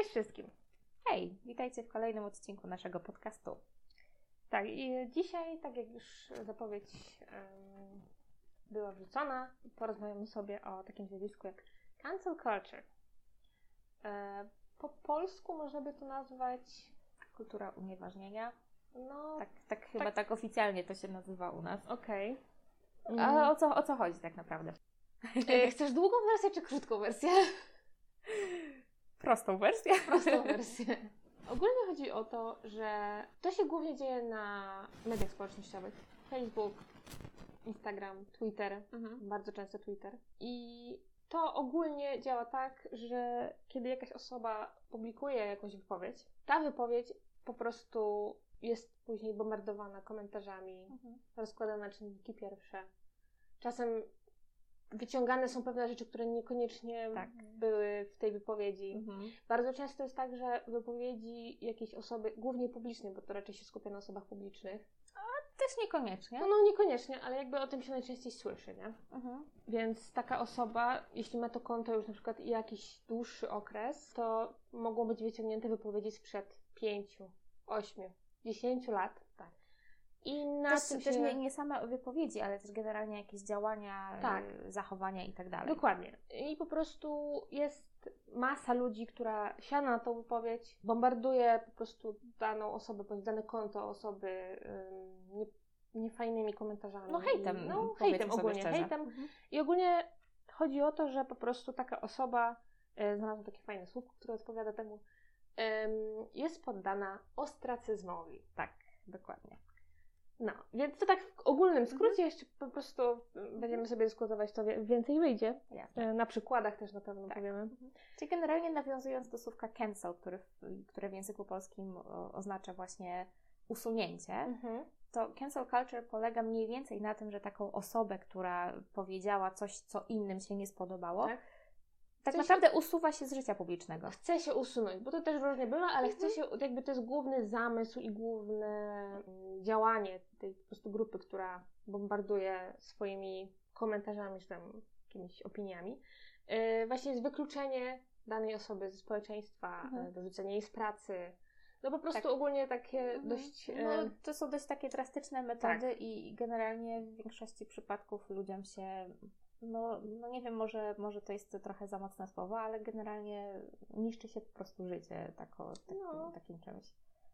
Cześć wszystkim! Hej, witajcie w kolejnym odcinku naszego podcastu. Tak, i dzisiaj, tak jak już zapowiedź była wrzucona, porozmawiamy sobie o takim zjawisku jak cancel culture. Po polsku można by to nazwać Kultura unieważnienia. no... Chyba tak oficjalnie to się nazywa u nas. Okej. A o co chodzi tak naprawdę? Chcesz długą wersję czy krótką wersję? Prostą wersję. Prostą wersję. Ogólnie chodzi o to, że to się głównie dzieje na mediach społecznościowych. Facebook, Instagram, Twitter, bardzo często Twitter. I to ogólnie działa tak, że kiedy jakaś osoba publikuje jakąś wypowiedź, ta wypowiedź po prostu jest później bombardowana komentarzami, rozkładana na czynniki pierwsze. Czasem wyciągane są pewne rzeczy, które niekoniecznie były w tej wypowiedzi. Bardzo często jest tak, że wypowiedzi jakiejś osoby, głównie publicznej, bo to raczej się skupia na osobach publicznych. Też niekoniecznie. No niekoniecznie, ale jakby o tym się najczęściej słyszy, nie? Więc taka osoba, jeśli ma to konto już na przykład jakiś dłuższy okres, to mogą być wyciągnięte wypowiedzi sprzed 5, 8, 10 lat. Tak. I na tym też nie same wypowiedzi, ale też generalnie jakieś działania, zachowania i tak dalej. Dokładnie. I po prostu jest masa ludzi, która siada na tą wypowiedź, bombarduje po prostu daną osobę, bądź dane konto osoby niefajnymi komentarzami. No hejtem. Hejtem ogólnie. Hejtem. I ogólnie chodzi o to, że po prostu taka osoba, znalazłam takie fajne słówko, które odpowiada temu, jest poddana ostracyzmowi. Tak, dokładnie. No, więc to tak w ogólnym skrócie, jeszcze po prostu będziemy sobie dyskutować, to więcej wyjdzie. Jasne. Na przykładach też na pewno powiemy. Czyli generalnie nawiązując do słówka cancel, które w języku polskim oznacza właśnie usunięcie, to cancel culture polega mniej więcej na tym, że taką osobę, która powiedziała coś, co innym się nie spodobało, tak naprawdę usuwa się z życia publicznego. Chce się usunąć, bo to też różnie bywa, ale chce się, jakby to jest główny zamysł i główne działanie tej po prostu grupy, która bombarduje swoimi komentarzami, czy tam jakimiś opiniami. Właśnie jest wykluczenie danej osoby ze społeczeństwa, wyrzucenie jej z pracy. No po prostu ogólnie takie dość... To są dość takie drastyczne metody i generalnie w większości przypadków ludziom się... No nie wiem, może to jest trochę za mocne słowo, ale generalnie niszczy się po prostu życie takim czymś.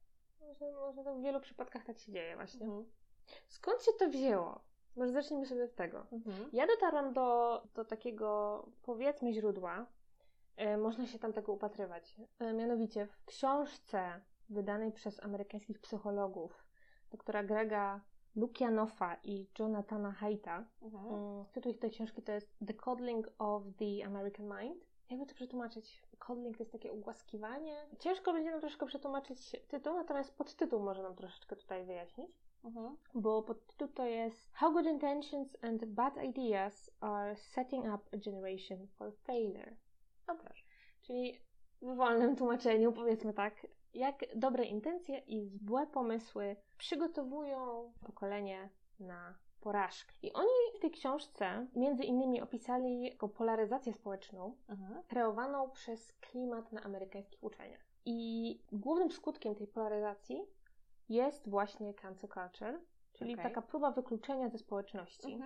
Może to w wielu przypadkach tak się dzieje właśnie. Skąd się to wzięło? Może zacznijmy sobie od tego. Ja dotarłam do takiego, powiedzmy, źródła. Można się tam tego upatrywać. Mianowicie w książce wydanej przez amerykańskich psychologów doktora Grega Lukianofa i Jonathana Haidta. Tytuł tej książki to jest The Coddling of the American Mind. Jakby to przetłumaczyć? Coddling to jest takie ugłaskiwanie. Ciężko będzie nam troszkę przetłumaczyć tytuł, natomiast podtytuł może nam troszeczkę tutaj wyjaśnić. Bo podtytuł to jest How Good Intentions and Bad Ideas Are Setting Up a Generation for Failure. No proszę. Czyli w wolnym tłumaczeniu powiedzmy tak, jak dobre intencje i złe pomysły przygotowują pokolenie na porażkę. I oni w tej książce między innymi opisali taką polaryzację społeczną kreowaną przez klimat na amerykańskich uczelniach. I głównym skutkiem tej polaryzacji jest właśnie cancel culture, czyli taka próba wykluczenia ze społeczności.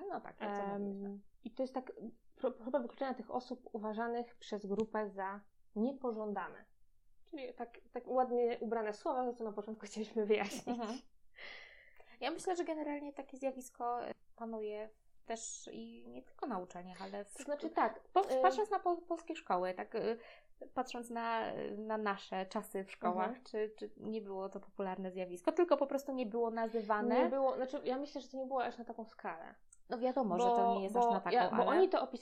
I to jest próba wykluczenia tych osób uważanych przez grupę za niepożądane. Czyli tak ładnie ubrane słowa, za co na początku chcieliśmy wyjaśnić. Ja myślę, że generalnie takie zjawisko panuje też i nie tylko na uczelniach, ale to znaczy tak. Patrząc na polskie szkoły, patrząc na nasze czasy w szkołach, czy nie było to popularne zjawisko, tylko po prostu nie było nazywane? Nie było, znaczy ja myślę, że to nie było aż na taką skalę. No wiadomo, że to nie jest aż na taką, ale... Bo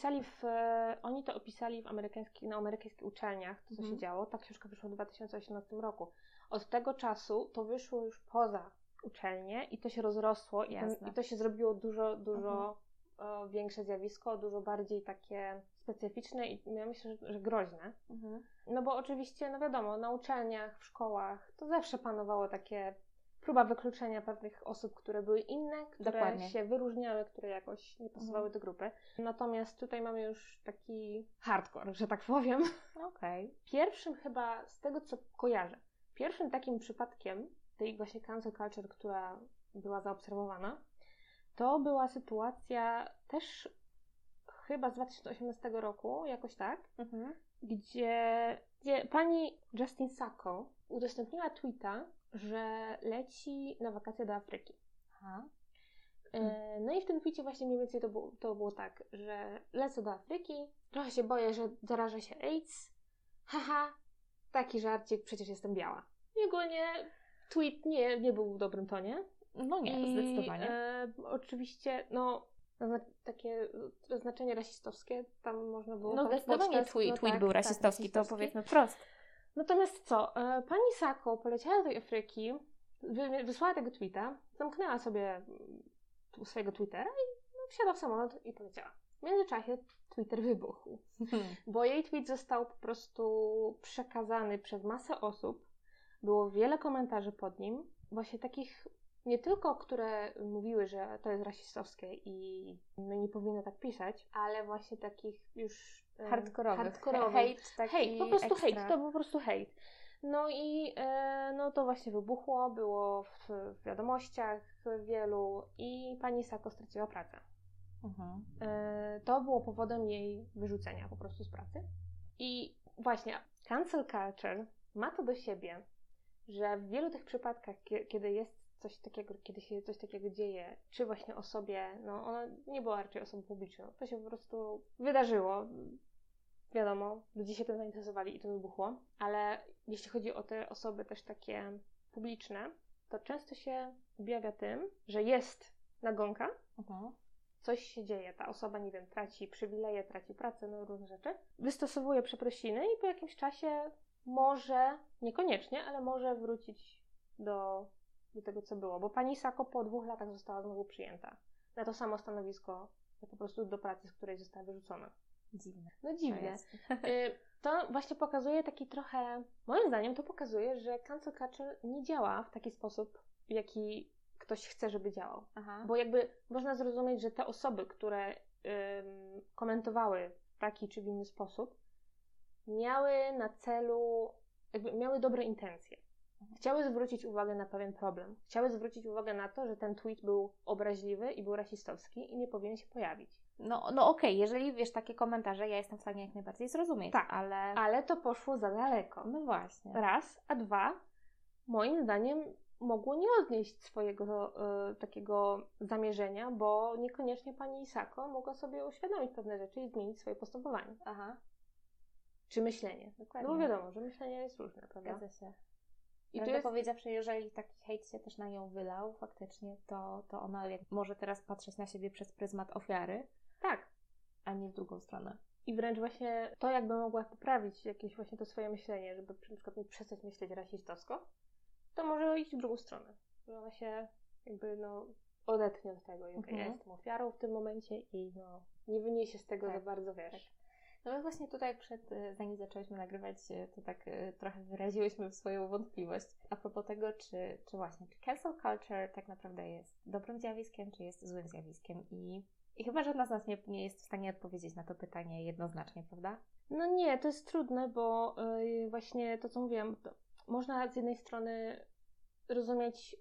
oni to opisali na amerykańskich uczelniach, to co się działo. Ta książka wyszła w 2018 roku. Od tego czasu to wyszło już poza uczelnię i to się rozrosło i to się zrobiło dużo większe zjawisko, dużo bardziej takie specyficzne i ja myślę, że groźne. No bo oczywiście, no wiadomo, na uczelniach, w szkołach to zawsze panowało takie próba wykluczenia pewnych osób, które były inne, które Dokładnie. się wyróżniały, które jakoś nie pasowały do grupy. Natomiast tutaj mamy już taki hardcore, że tak powiem. Okej. Pierwszym chyba, z tego co kojarzę, pierwszym takim przypadkiem tej właśnie cancel culture, która była zaobserwowana, to była sytuacja też chyba z 2018 roku, jakoś tak, gdzie pani Justine Sacco udostępniła tweeta, że leci na wakacje do Afryki. Aha. No i w tym tweetie właśnie mniej więcej to było tak, że lecę do Afryki, trochę się boję, że zarażę się AIDS. Haha, taki żarcik, przecież jestem biała. I ogólnie tweet nie był w dobrym tonie. No nie, zdecydowanie. Oczywiście, takie znaczenie rasistowskie tam można było... No zdecydowanie tweet był rasistowski, to powiedzmy wprost. Natomiast pani Sacco poleciała do tej Afryki, wysłała tego tweeta, zamknęła sobie swojego Twittera i wsiadła w samolot i poleciała. W międzyczasie Twitter wybuchł, bo jej tweet został po prostu przekazany przez masę osób. Było wiele komentarzy pod nim, właśnie takich nie tylko, które mówiły, że to jest rasistowskie i nie powinno tak pisać, ale właśnie takich już hardkorowych. Hejt, po prostu hejt, to był po prostu hejt. No i to właśnie wybuchło, było w wiadomościach wielu i pani Sacco straciła pracę. To było powodem jej wyrzucenia po prostu z pracy. I właśnie cancel culture ma to do siebie, że w wielu tych przypadkach, kiedy jest coś takiego, kiedy się coś takiego dzieje, czy właśnie osobie, ona nie była raczej osobą publiczną, to się po prostu wydarzyło. Wiadomo, ludzie się tym zainteresowali i to wybuchło, ale jeśli chodzi o te osoby też takie publiczne, to często się objawia tym, że jest nagonka, coś się dzieje, ta osoba, nie wiem, traci przywileje, traci pracę, różne rzeczy, wystosowuje przeprosiny i po jakimś czasie może, niekoniecznie, ale może wrócić do tego, co było, bo pani Sacco po 2 latach została znowu przyjęta na to samo stanowisko, po prostu do pracy, z której została wyrzucona. Dziwne. No dziwne. To właśnie pokazuje taki trochę, moim zdaniem to pokazuje, że cancel culture nie działa w taki sposób, w jaki ktoś chce, żeby działał. Bo jakby można zrozumieć, że te osoby, które komentowały w taki czy w inny sposób, miały na celu, jakby miały dobre intencje. Chciały zwrócić uwagę na pewien problem. Chciały zwrócić uwagę na to, że ten tweet był obraźliwy i był rasistowski i nie powinien się pojawić. No okej, jeżeli wiesz takie komentarze, ja jestem w stanie jak najbardziej zrozumieć. Tak, ale to poszło za daleko. No właśnie. Raz, a dwa, moim zdaniem mogło nie odnieść swojego takiego zamierzenia, bo niekoniecznie pani Sacco mogła sobie uświadomić pewne rzeczy i zmienić swoje postępowanie. Czy myślenie. Dokładnie. No bo wiadomo, że myślenie jest różne, prawda? Zgadza się. I to powiedziawszy, jeżeli taki hejt się też na nią wylał faktycznie, to ona może teraz patrzeć na siebie przez pryzmat ofiary. Tak. A nie w drugą stronę. I wręcz właśnie to, jakby mogła poprawić jakieś właśnie to swoje myślenie, żeby na przykład przestać myśleć rasistowsko, to może iść w drugą stronę. Że ona się jakby odetnie od tego i ja jestem ofiarą w tym momencie i nie wyniesie z tego za bardzo, wiesz. No my właśnie tutaj zanim zaczęłyśmy nagrywać, to tak trochę wyraziłyśmy swoją wątpliwość a propos tego, czy cancel culture tak naprawdę jest dobrym zjawiskiem, czy jest złym zjawiskiem i chyba żadna z nas nie jest w stanie odpowiedzieć na to pytanie jednoznacznie, prawda? No nie, to jest trudne, bo właśnie to, co mówiłam, można z jednej strony rozumieć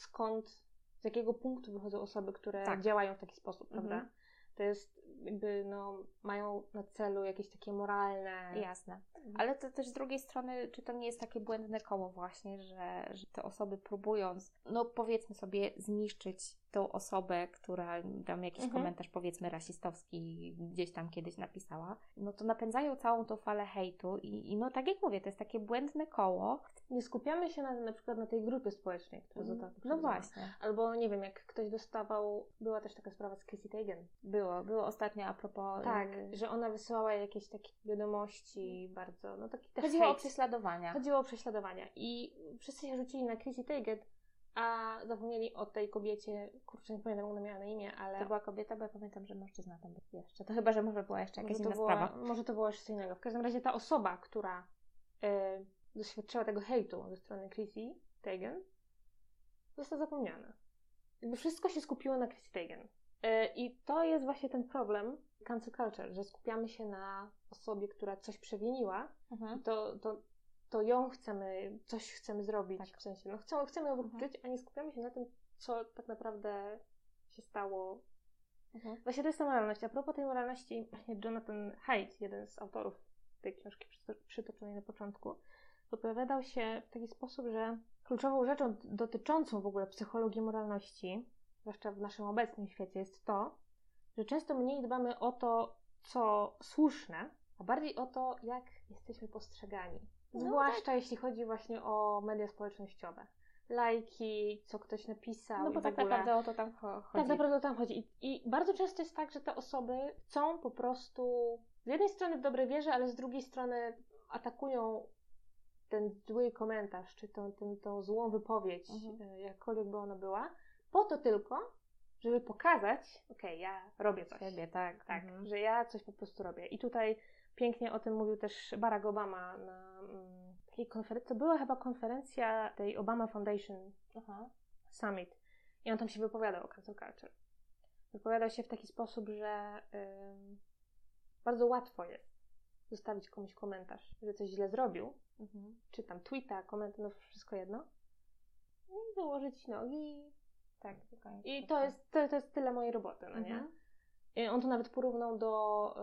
z jakiego punktu wychodzą osoby, które działają w taki sposób, prawda? To jest jakby, mają na celu jakieś takie moralne... Jasne. Ale to też z drugiej strony, czy to nie jest takie błędne koło właśnie, że te osoby próbując, powiedzmy sobie, zniszczyć tą osobę, która tam jakiś komentarz, powiedzmy, rasistowski gdzieś tam kiedyś napisała, to napędzają całą tą falę hejtu i tak jak mówię, to jest takie błędne koło. Nie skupiamy się na przykład na tej grupie społecznej, która została No właśnie. Albo nie wiem, jak ktoś dostawał, była też taka sprawa z Chrissy Teigen. Było ostatnio a propos... Tak, że ona wysyłała jakieś takie wiadomości bardzo, taki też Chodziło o prześladowania. Chodziło o prześladowania i wszyscy się rzucili na Chrissy Teigen, a zapomnieli o tej kobiecie, kurczę, nie pamiętam, jak ona miała na imię, ale... To była kobieta, bo ja pamiętam, że mężczyzna tam był jeszcze. To chyba, że może była jeszcze jakaś inna sprawa. Może to było jeszcze co innego. W każdym razie ta osoba, która doświadczyła tego hejtu ze strony Chrissy Teigen, został zapomniany. Jakby wszystko się skupiło na Chrissy Teigen. I to jest właśnie ten problem cancel culture, że skupiamy się na osobie, która coś przewiniła, to ją coś chcemy zrobić, tak. W sensie, chcemy ją wykluczyć, a nie skupiamy się na tym, co tak naprawdę się stało. Właśnie to jest ta moralność. A propos tej moralności, właśnie Jonathan Haidt, jeden z autorów tej książki przytoczonej na początku, wypowiadał się w taki sposób, że kluczową rzeczą dotyczącą w ogóle psychologii moralności, zwłaszcza w naszym obecnym świecie, jest to, że często mniej dbamy o to, co słuszne, a bardziej o to, jak jesteśmy postrzegani. Zwłaszcza jeśli chodzi właśnie o media społecznościowe. Lajki, co ktoś napisał. No bo tak naprawdę o to tam chodzi. Tak naprawdę o to tam chodzi. I bardzo często jest tak, że te osoby chcą po prostu z jednej strony w dobrej wierze, ale z drugiej strony atakują ten zły komentarz, czy tą złą wypowiedź, jakkolwiek by ona była, po to tylko, żeby pokazać, ja robię coś. Siebie, tak. Że ja coś po prostu robię. I tutaj pięknie o tym mówił też Barack Obama na takiej konferencji, to była chyba konferencja tej Obama Foundation Summit. I on tam się wypowiadał o cancel culture. Wypowiadał się w taki sposób, że bardzo łatwo jest zostawić komuś komentarz, że coś źle zrobił, czy tam tweeta, komentarz, no wszystko jedno, i założyć nogi. Tak. I to jest tyle mojej roboty, no nie? I on to nawet porównał do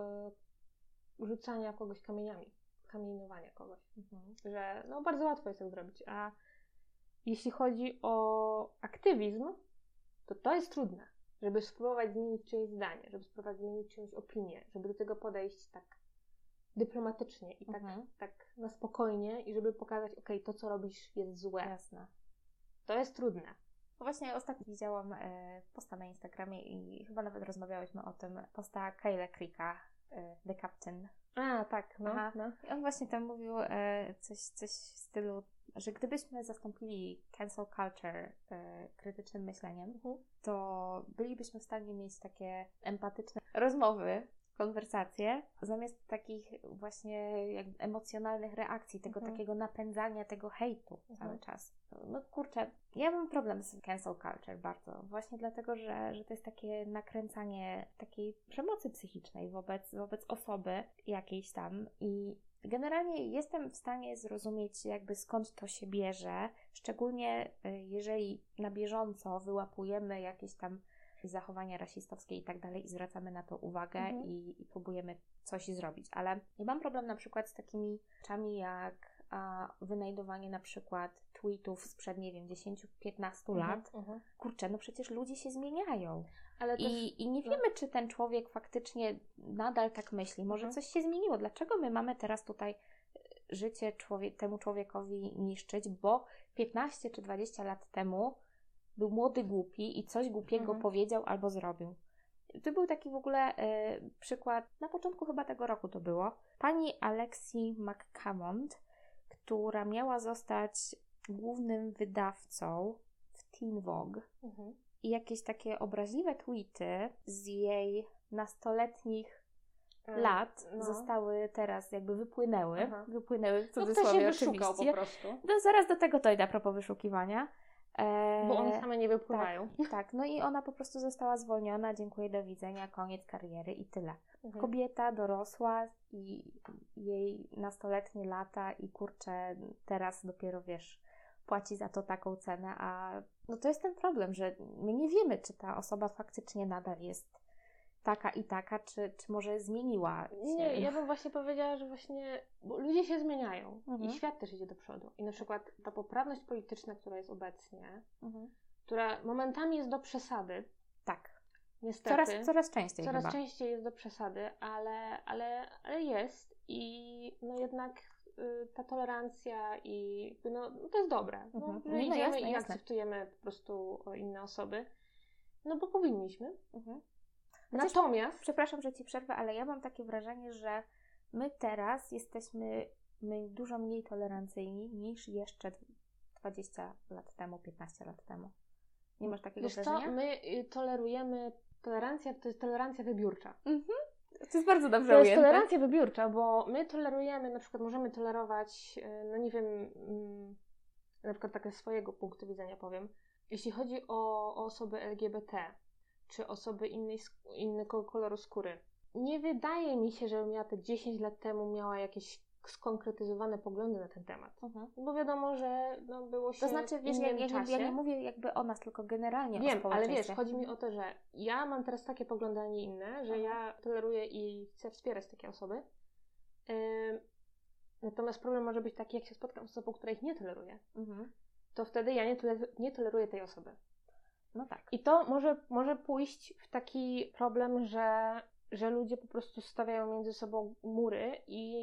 rzucania kogoś kamieniami, kamienowania kogoś. Że bardzo łatwo jest tak zrobić. A jeśli chodzi o aktywizm, to jest trudne, żeby spróbować zmienić czyjeś zdanie, żeby spróbować zmienić czyjąś opinię, żeby do tego podejść tak dyplomatycznie i tak na spokojnie i żeby pokazać, to co robisz jest złe. Jasne. To jest trudne. Właśnie ostatnio widziałam posta na Instagramie i chyba nawet rozmawiałyśmy o tym, posta Kyla Creeka, The Captain. A, tak, no. I on właśnie tam mówił coś w stylu, że gdybyśmy zastąpili cancel culture krytycznym myśleniem, to bylibyśmy w stanie mieć takie empatyczne rozmowy, konwersacje, zamiast takich właśnie jakby emocjonalnych reakcji, tego takiego napędzania, tego hejtu cały czas. No kurczę, ja mam problem z cancel culture bardzo, właśnie dlatego, że to jest takie nakręcanie takiej przemocy psychicznej wobec osoby jakiejś tam i generalnie jestem w stanie zrozumieć jakby skąd to się bierze, szczególnie jeżeli na bieżąco wyłapujemy jakieś tam zachowania rasistowskie i tak dalej i zwracamy na to uwagę i próbujemy coś zrobić. Ale ja mam problem na przykład z takimi rzeczami jak wynajdowanie na przykład tweetów sprzed, 10-15 lat. Kurczę, no przecież ludzie się zmieniają. Ale też, I nie wiemy, czy ten człowiek faktycznie nadal tak myśli. Może coś się zmieniło. Dlaczego my mamy teraz tutaj życie temu człowiekowi niszczyć? Bo 15 czy 20 lat temu był młody, głupi i coś głupiego powiedział albo zrobił. To był taki w ogóle przykład, na początku chyba tego roku to było, pani Alexi McCammond, która miała zostać głównym wydawcą w Teen Vogue i jakieś takie obraźliwe tweety z jej nastoletnich lat zostały teraz jakby wypłynęły w cudzysłowie oczywiście. Wyszukał po prostu. No, zaraz do tego dojdę a propos wyszukiwania. Bo one same nie wypływają. Tak, no i ona po prostu została zwolniona, dziękuję, do widzenia, koniec kariery i tyle. Kobieta dorosła i jej nastoletnie lata i kurczę, teraz dopiero płaci za to taką cenę, a no to jest ten problem, że my nie wiemy, czy ta osoba faktycznie nadal jest taka i taka, czy może zmieniła się. Nie, ja bym właśnie powiedziała, że właśnie bo ludzie się zmieniają i świat też idzie do przodu. I na przykład ta poprawność polityczna, która jest obecnie, która momentami jest do przesady. Tak. Niestety. Coraz częściej Coraz chyba. częściej jest do przesady, ale jest i no jednak ta tolerancja i no to jest dobre. Że idziemy i akceptujemy po prostu inne osoby. No bo powinniśmy. Natomiast... Przepraszam, że Ci przerwę, ale ja mam takie wrażenie, że my teraz jesteśmy dużo mniej tolerancyjni niż jeszcze 20 lat temu, 15 lat temu. Nie masz takiego wrażenia? Co? My tolerujemy... Tolerancja to jest tolerancja wybiórcza. To jest bardzo dobrze ujęte. To jest tolerancja wybiórcza, bo my tolerujemy, na przykład możemy tolerować, no nie wiem, na przykład tak z swojego punktu widzenia powiem, jeśli chodzi o osoby LGBT, czy osoby innego koloru skóry, nie wydaje mi się, żebym ja te 10 lat temu miała jakieś skonkretyzowane poglądy na ten temat. Bo wiadomo, że było się to znaczy, wiesz, w innym czasie. Ja nie mówię jakby o nas, tylko generalnie wiem, o społeczeństwie. ale wiesz, chodzi mi o to, że ja mam teraz takie poglądy, a nie inne, że ja toleruję i chcę wspierać takie osoby. Natomiast problem może być taki, jak się spotkam z osobą, która ich nie toleruje, to wtedy ja nie toleruję tej osoby. No tak. I to może pójść w taki problem, że ludzie po prostu stawiają między sobą mury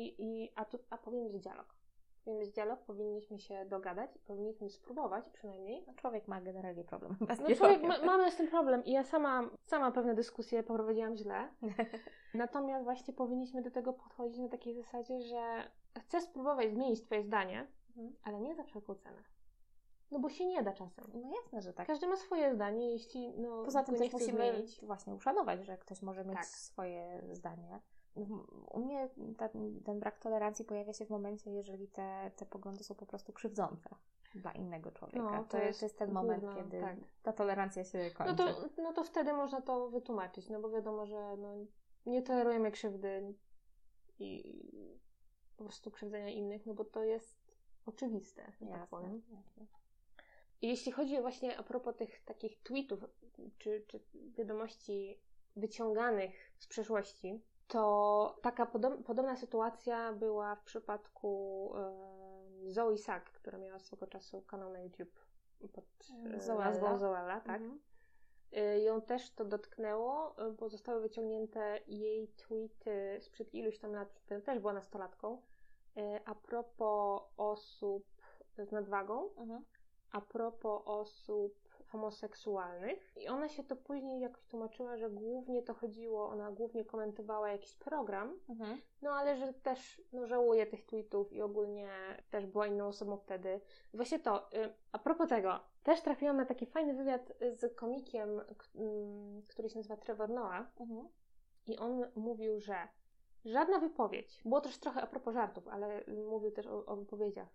a powinien być dialog. Powinien być dialog, powinniśmy się dogadać, powinniśmy spróbować przynajmniej. No, człowiek ma generalnie problem. Mamy z tym problem i ja sama pewne dyskusje poprowadziłam źle. Natomiast właśnie powinniśmy do tego podchodzić na takiej zasadzie, że chcę spróbować zmienić twoje zdanie, ale nie za wszelką cenę. No bo się nie da czasem. No jasne, że tak. Każdy ma swoje zdanie, jeśli poza tym też musimy zmienić. właśnie uszanować, że ktoś może mieć swoje zdanie. U mnie ten brak tolerancji pojawia się w momencie, jeżeli te poglądy są po prostu krzywdzące dla innego człowieka. No, to jest ten moment, kiedy ta tolerancja się kończy. No to wtedy można to wytłumaczyć, no bo wiadomo, że nie tolerujemy krzywdy i po prostu krzywdzenia innych, no bo to jest oczywiste, że tak powiem. Jasne. I jeśli chodzi właśnie a propos tych takich tweetów, czy wiadomości wyciąganych z przeszłości, to taka podobna sytuacja była w przypadku Zoe Sack, która miała swego czasu kanał na YouTube pod nazwą Zoella, tak? Ją też to dotknęło, bo zostały wyciągnięte jej tweety sprzed iluś tam lat, też była nastolatką, a propos osób z nadwagą, a propos osób homoseksualnych. I ona się to później jakoś tłumaczyła, że głównie to chodziło, ona głównie komentowała jakiś program, no ale że też żałuje tych tweetów i ogólnie też była inną osobą wtedy. I właśnie to, a propos tego, też trafiłam na taki fajny wywiad z komikiem, który się nazywa Trevor Noah i on mówił, że żadna wypowiedź, było też trochę a propos żartów, ale mówił też o wypowiedziach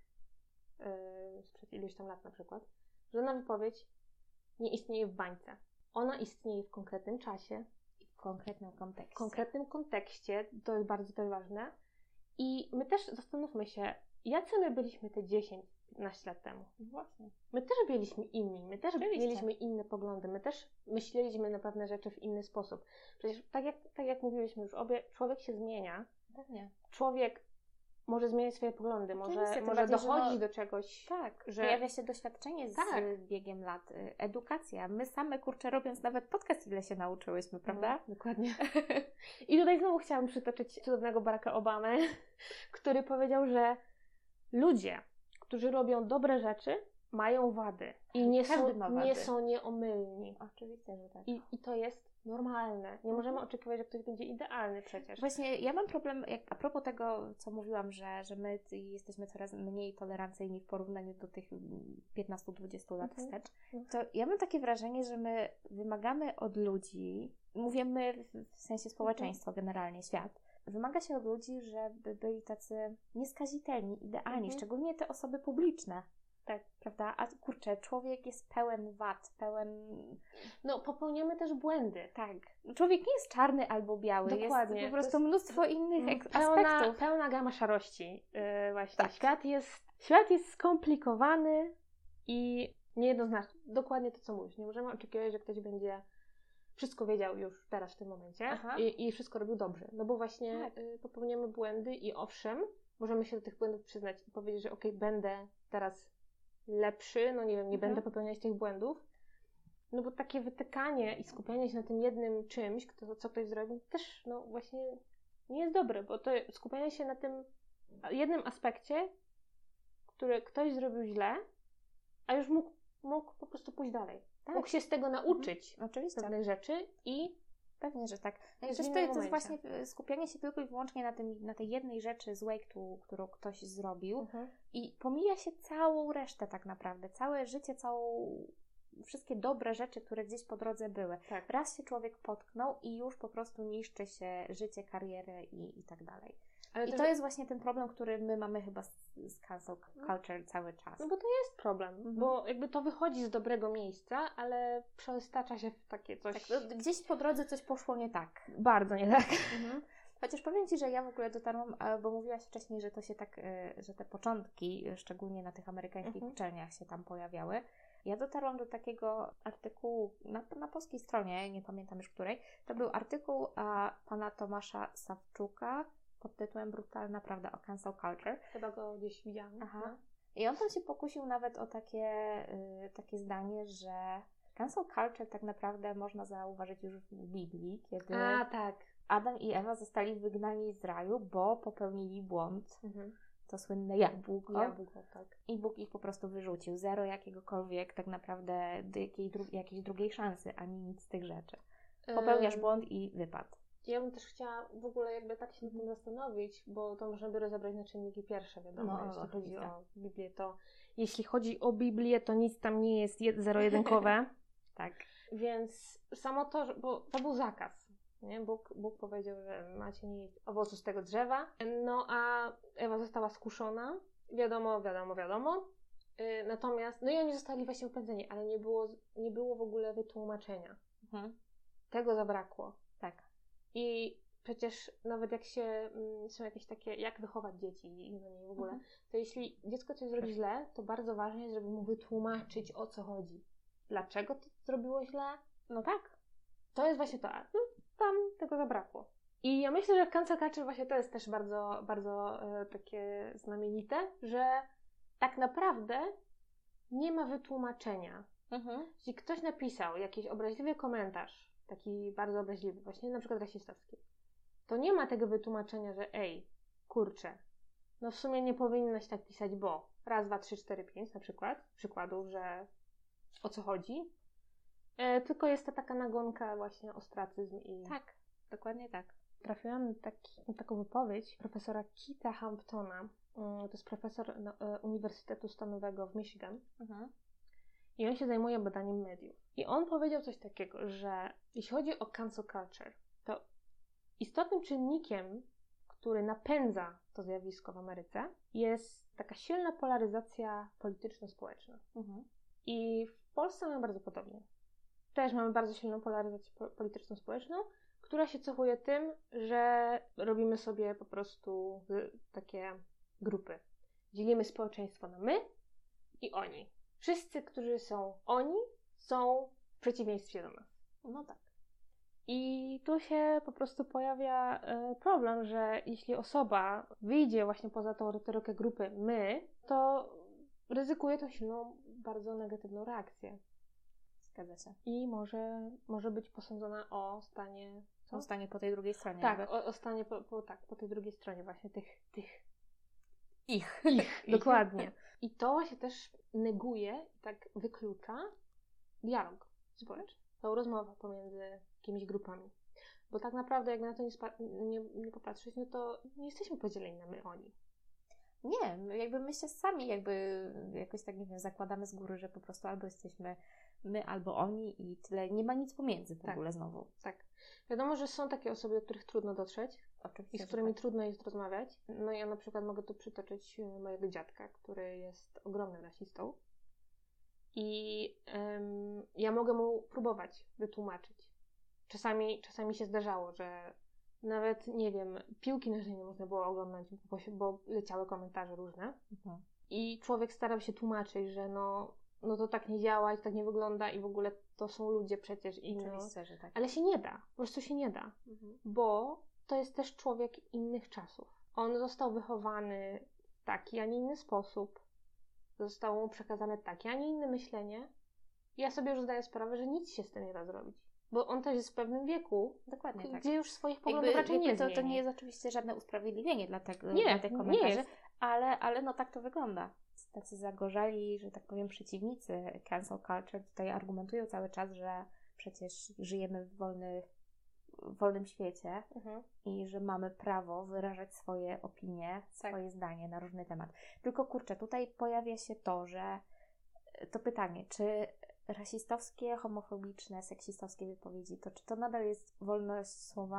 sprzed iluś tam lat na przykład, żadna wypowiedź nie istnieje w bańce. Ona istnieje w konkretnym czasie i w konkretnym kontekście. W konkretnym kontekście, to jest bardzo też ważne. I my też zastanówmy się, jacy my byliśmy te 10-15 lat temu. Właśnie. My też byliśmy inni, my też mieliśmy inne poglądy, my też myśleliśmy na pewne rzeczy w inny sposób. Przecież tak jak mówiliśmy już obie, człowiek się zmienia. Pewnie. Człowiek może zmieniać swoje poglądy, może dochodzić do czegoś. Tak, że pojawia się doświadczenie z biegiem lat, edukacja. My same, robiąc nawet podcast, ile się nauczyłyśmy, prawda? No, dokładnie. I tutaj znowu chciałam przytoczyć cudownego Baracka Obamy, który powiedział, że ludzie, którzy robią dobre rzeczy, mają wady i nie są nieomylni. Oczywiście, że tak. I to jest normalne. Nie możemy oczekiwać, że ktoś będzie idealny przecież. Właśnie ja mam problem, a propos tego, co mówiłam, że my jesteśmy coraz mniej tolerancyjni w porównaniu do tych 15-20 lat wstecz, to ja mam takie wrażenie, że my wymagamy od ludzi, mówimy w sensie społeczeństwa generalnie, świat, wymaga się od ludzi, żeby byli tacy nieskazitelni, idealni, szczególnie te osoby publiczne. Tak, prawda? A człowiek jest pełen wad, popełniamy też błędy. Tak. Człowiek nie jest czarny albo biały. Dokładnie. Jest po prostu mnóstwo innych aspektów. Pełna gama szarości. Właśnie. Tak. Świat jest skomplikowany i niejednoznaczny. Dokładnie to, co mówisz. Nie możemy oczekiwać, że ktoś będzie wszystko wiedział już teraz w tym momencie i wszystko robił dobrze. No bo właśnie popełniamy błędy i owszem, możemy się do tych błędów przyznać i powiedzieć, że będę teraz lepszy, nie będę popełniać tych błędów. No bo takie wytykanie i skupianie się na tym jednym czymś, co ktoś zrobił, też właśnie nie jest dobre, bo to skupianie się na tym jednym aspekcie, który ktoś zrobił źle, a już mógł po prostu pójść dalej. Tak. Mógł się z tego nauczyć pewnych rzeczy i pewnie, że tak. No i to jest właśnie skupianie się tylko i wyłącznie na tej jednej rzeczy złej, którą ktoś zrobił i pomija się całą resztę tak naprawdę, całe życie, wszystkie dobre rzeczy, które gdzieś po drodze były. Tak. Raz się człowiek potknął i już po prostu niszczy się życie, karierę i tak dalej. I to jest właśnie ten problem, który my mamy chyba z cancel culture cały czas. No bo to jest problem, bo jakby to wychodzi z dobrego miejsca, ale przestacza się w takie coś... Tak, gdzieś po drodze coś poszło nie tak. Bardzo nie tak. Chociaż powiem Ci, że ja w ogóle dotarłam, bo mówiłaś wcześniej, że to się tak, że te początki, szczególnie na tych amerykańskich uczelniach się tam pojawiały. Ja dotarłam do takiego artykułu na polskiej stronie, nie pamiętam już której. To był artykuł pana Tomasza Sawczuka pod tytułem Brutalna prawda o cancel culture. Chyba go gdzieś widziałam. Aha. I on tam się pokusił nawet o takie zdanie, że cancel culture tak naprawdę można zauważyć już w Biblii, kiedy Adam i Ewa zostali wygnani z raju, bo popełnili błąd. To słynne jabłko. Tak. I Bóg ich po prostu wyrzucił. Zero jakiegokolwiek tak naprawdę jakiejś drugiej szansy, ani nic z tych rzeczy. Popełniasz błąd i wypad. Ja bym też chciała w ogóle jakby tak się nad tym zastanowić, bo to można by rozebrać na czynniki pierwsze, wiadomo, jeśli chodzi o Biblię, to jeśli chodzi o Biblię, to nic tam nie jest zero-jedynkowe. Tak. Więc samo to, bo to był zakaz, nie? Bóg powiedział, że macie nie jeść owocu z tego drzewa, no a Ewa została skuszona, wiadomo. Natomiast, no i oni zostali właśnie upędzeni, ale nie było w ogóle wytłumaczenia. Tego zabrakło. Tak. I przecież nawet jak są jakieś takie, jak wychować dzieci i w ogóle, to jeśli dziecko coś zrobi źle, to bardzo ważne jest, żeby mu wytłumaczyć, o co chodzi. Dlaczego to zrobiło źle? No tak. To jest właśnie to. Tam tego zabrakło. I ja myślę, że w cancel culture właśnie to jest też bardzo, bardzo takie znamienite, że tak naprawdę nie ma wytłumaczenia. Jeśli ktoś napisał jakiś obraźliwy komentarz, taki bardzo obraźliwy, właśnie na przykład rasistowski, to nie ma tego wytłumaczenia, że kurczę, no w sumie nie powinnaś tak pisać, bo 1, 2, 3, 4, 5 na przykład, przykładów, że o co chodzi, tylko jest to taka nagonka właśnie ostracyzm i... Tak, dokładnie tak. Trafiłam na taką wypowiedź profesora Keitha Hamptona, to jest profesor Uniwersytetu Stanowego w Michigan i on się zajmuje badaniem mediów. I on powiedział coś takiego, że jeśli chodzi o cancel culture, to istotnym czynnikiem, który napędza to zjawisko w Ameryce, jest taka silna polaryzacja polityczno-społeczna. I w Polsce mamy bardzo podobnie. Też mamy bardzo silną polaryzację polityczno-społeczną, która się cechuje tym, że robimy sobie po prostu takie grupy. Dzielimy społeczeństwo na my i oni. Wszyscy, którzy są oni, są w przeciwieństwie do nas. No tak. I tu się po prostu pojawia problem, że jeśli osoba wyjdzie właśnie poza tą retorykę grupy my, to ryzykuje tą silną, bardzo negatywną reakcję. Zgadza się. I może być posądzona o stanie... Co? O stanie po tej drugiej stronie. Tak, o stanie po tej drugiej stronie właśnie Ich. Dokładnie. I to właśnie też neguje, tak wyklucza dialog społeczny, tą rozmowę pomiędzy jakimiś grupami. Bo tak naprawdę jak na to nie popatrzeć, no to nie jesteśmy podzieleni na my, oni. Nie, jakby my się sami jakoś tak, nie wiem, zakładamy z góry, że po prostu albo jesteśmy my, albo oni i tyle. Nie ma nic pomiędzy w ogóle znowu. Tak. Wiadomo, że są takie osoby, do których trudno dotrzeć. Oczywiście, i z którymi trudno jest rozmawiać. No ja na przykład mogę tu przytoczyć mojego dziadka, który jest ogromnym rasistą. I ja mogę mu próbować wytłumaczyć. Czasami się zdarzało, że nawet, nie wiem, piłki nożnej nie można było oglądać, bo leciały komentarze różne. I człowiek starał się tłumaczyć, że no to tak nie działa i tak nie wygląda i w ogóle to są ludzie przecież. Oczywiście, że tak. Ale się nie da. Po prostu się nie da. Bo to jest też człowiek innych czasów. On został wychowany w taki, a nie inny sposób. Zostało mu przekazane takie, a nie inne myślenie. I ja sobie już zdaję sprawę, że nic się z tym nie da zrobić. Bo on też jest w pewnym wieku, dokładnie tak, gdzie już swoich poglądów raczej nie zmieni. To nie jest oczywiście żadne usprawiedliwienie dla tych komentarzy, nie jest. ale no tak to wygląda. Tacy zagorzali, że tak powiem, przeciwnicy cancel culture tutaj argumentują cały czas, że przecież żyjemy w wolnym świecie i że mamy prawo wyrażać swoje opinie, swoje zdanie na różny temat. Tylko kurczę, tutaj pojawia się to pytanie, czy rasistowskie, homofobiczne, seksistowskie wypowiedzi, to czy to nadal jest wolność słowa?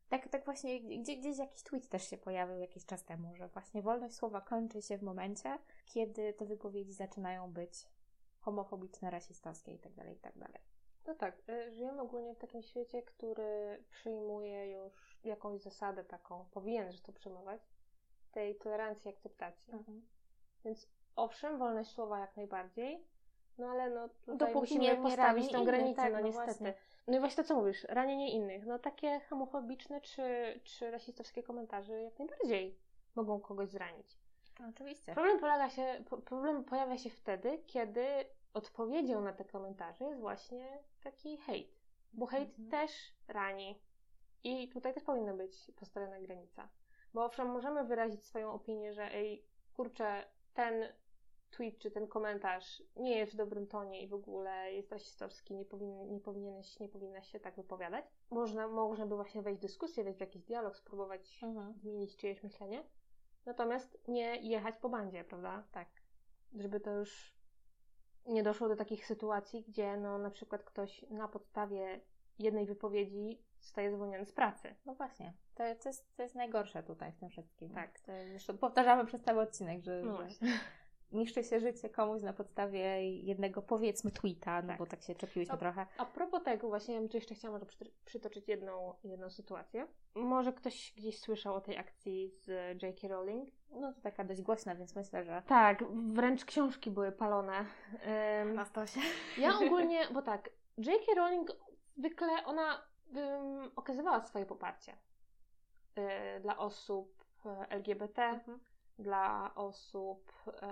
Tak właśnie, gdzieś jakiś tweet też się pojawił jakiś czas temu, że właśnie wolność słowa kończy się w momencie, kiedy te wypowiedzi zaczynają być homofobiczne, rasistowskie itd., itd. No tak, żyjemy ogólnie w takim świecie, który przyjmuje już jakąś zasadę taką, powinien zresztą przyjmować, tej tolerancji i akceptacji. Więc owszem, wolność słowa jak najbardziej, no ale no tutaj dopóki musimy postawić tą granicę, tak, no niestety. Właśnie. No i właśnie to, co mówisz, ranienie innych, no takie homofobiczne czy rasistowskie komentarze jak najbardziej mogą kogoś zranić. No, oczywiście. Problem pojawia się wtedy, kiedy odpowiedzią na te komentarze jest właśnie taki hejt, bo hejt też rani i tutaj też powinna być postawiona granica, bo owszem, możemy wyrazić swoją opinię, że kurczę, ten tweet czy ten komentarz nie jest w dobrym tonie i w ogóle jest rasistowski, nie powinnaś się tak wypowiadać. Można by właśnie wejść w dyskusję, wejść w jakiś dialog, spróbować zmienić czyjeś myślenie, natomiast nie jechać po bandzie, prawda? Tak. Żeby to już nie doszło do takich sytuacji, gdzie no na przykład ktoś na podstawie jednej wypowiedzi zostaje zwolniony z pracy. No właśnie. To jest najgorsze tutaj w tym wszystkim. Tak. Zresztą powtarzamy przez cały odcinek, że niszczy się życie komuś na podstawie jednego, powiedzmy, tweeta, no bo tak się czepiłyśmy trochę. A propos tego, właśnie tu jeszcze chciałam może przytoczyć jedną sytuację. Może ktoś gdzieś słyszał o tej akcji z J.K. Rowling? No to taka dość głośna, więc myślę, że... Tak, wręcz książki były palone. Na stosie. Ja ogólnie, bo tak, J.K. Rowling zwykle ona okazywała swoje poparcie dla osób LGBT, dla osób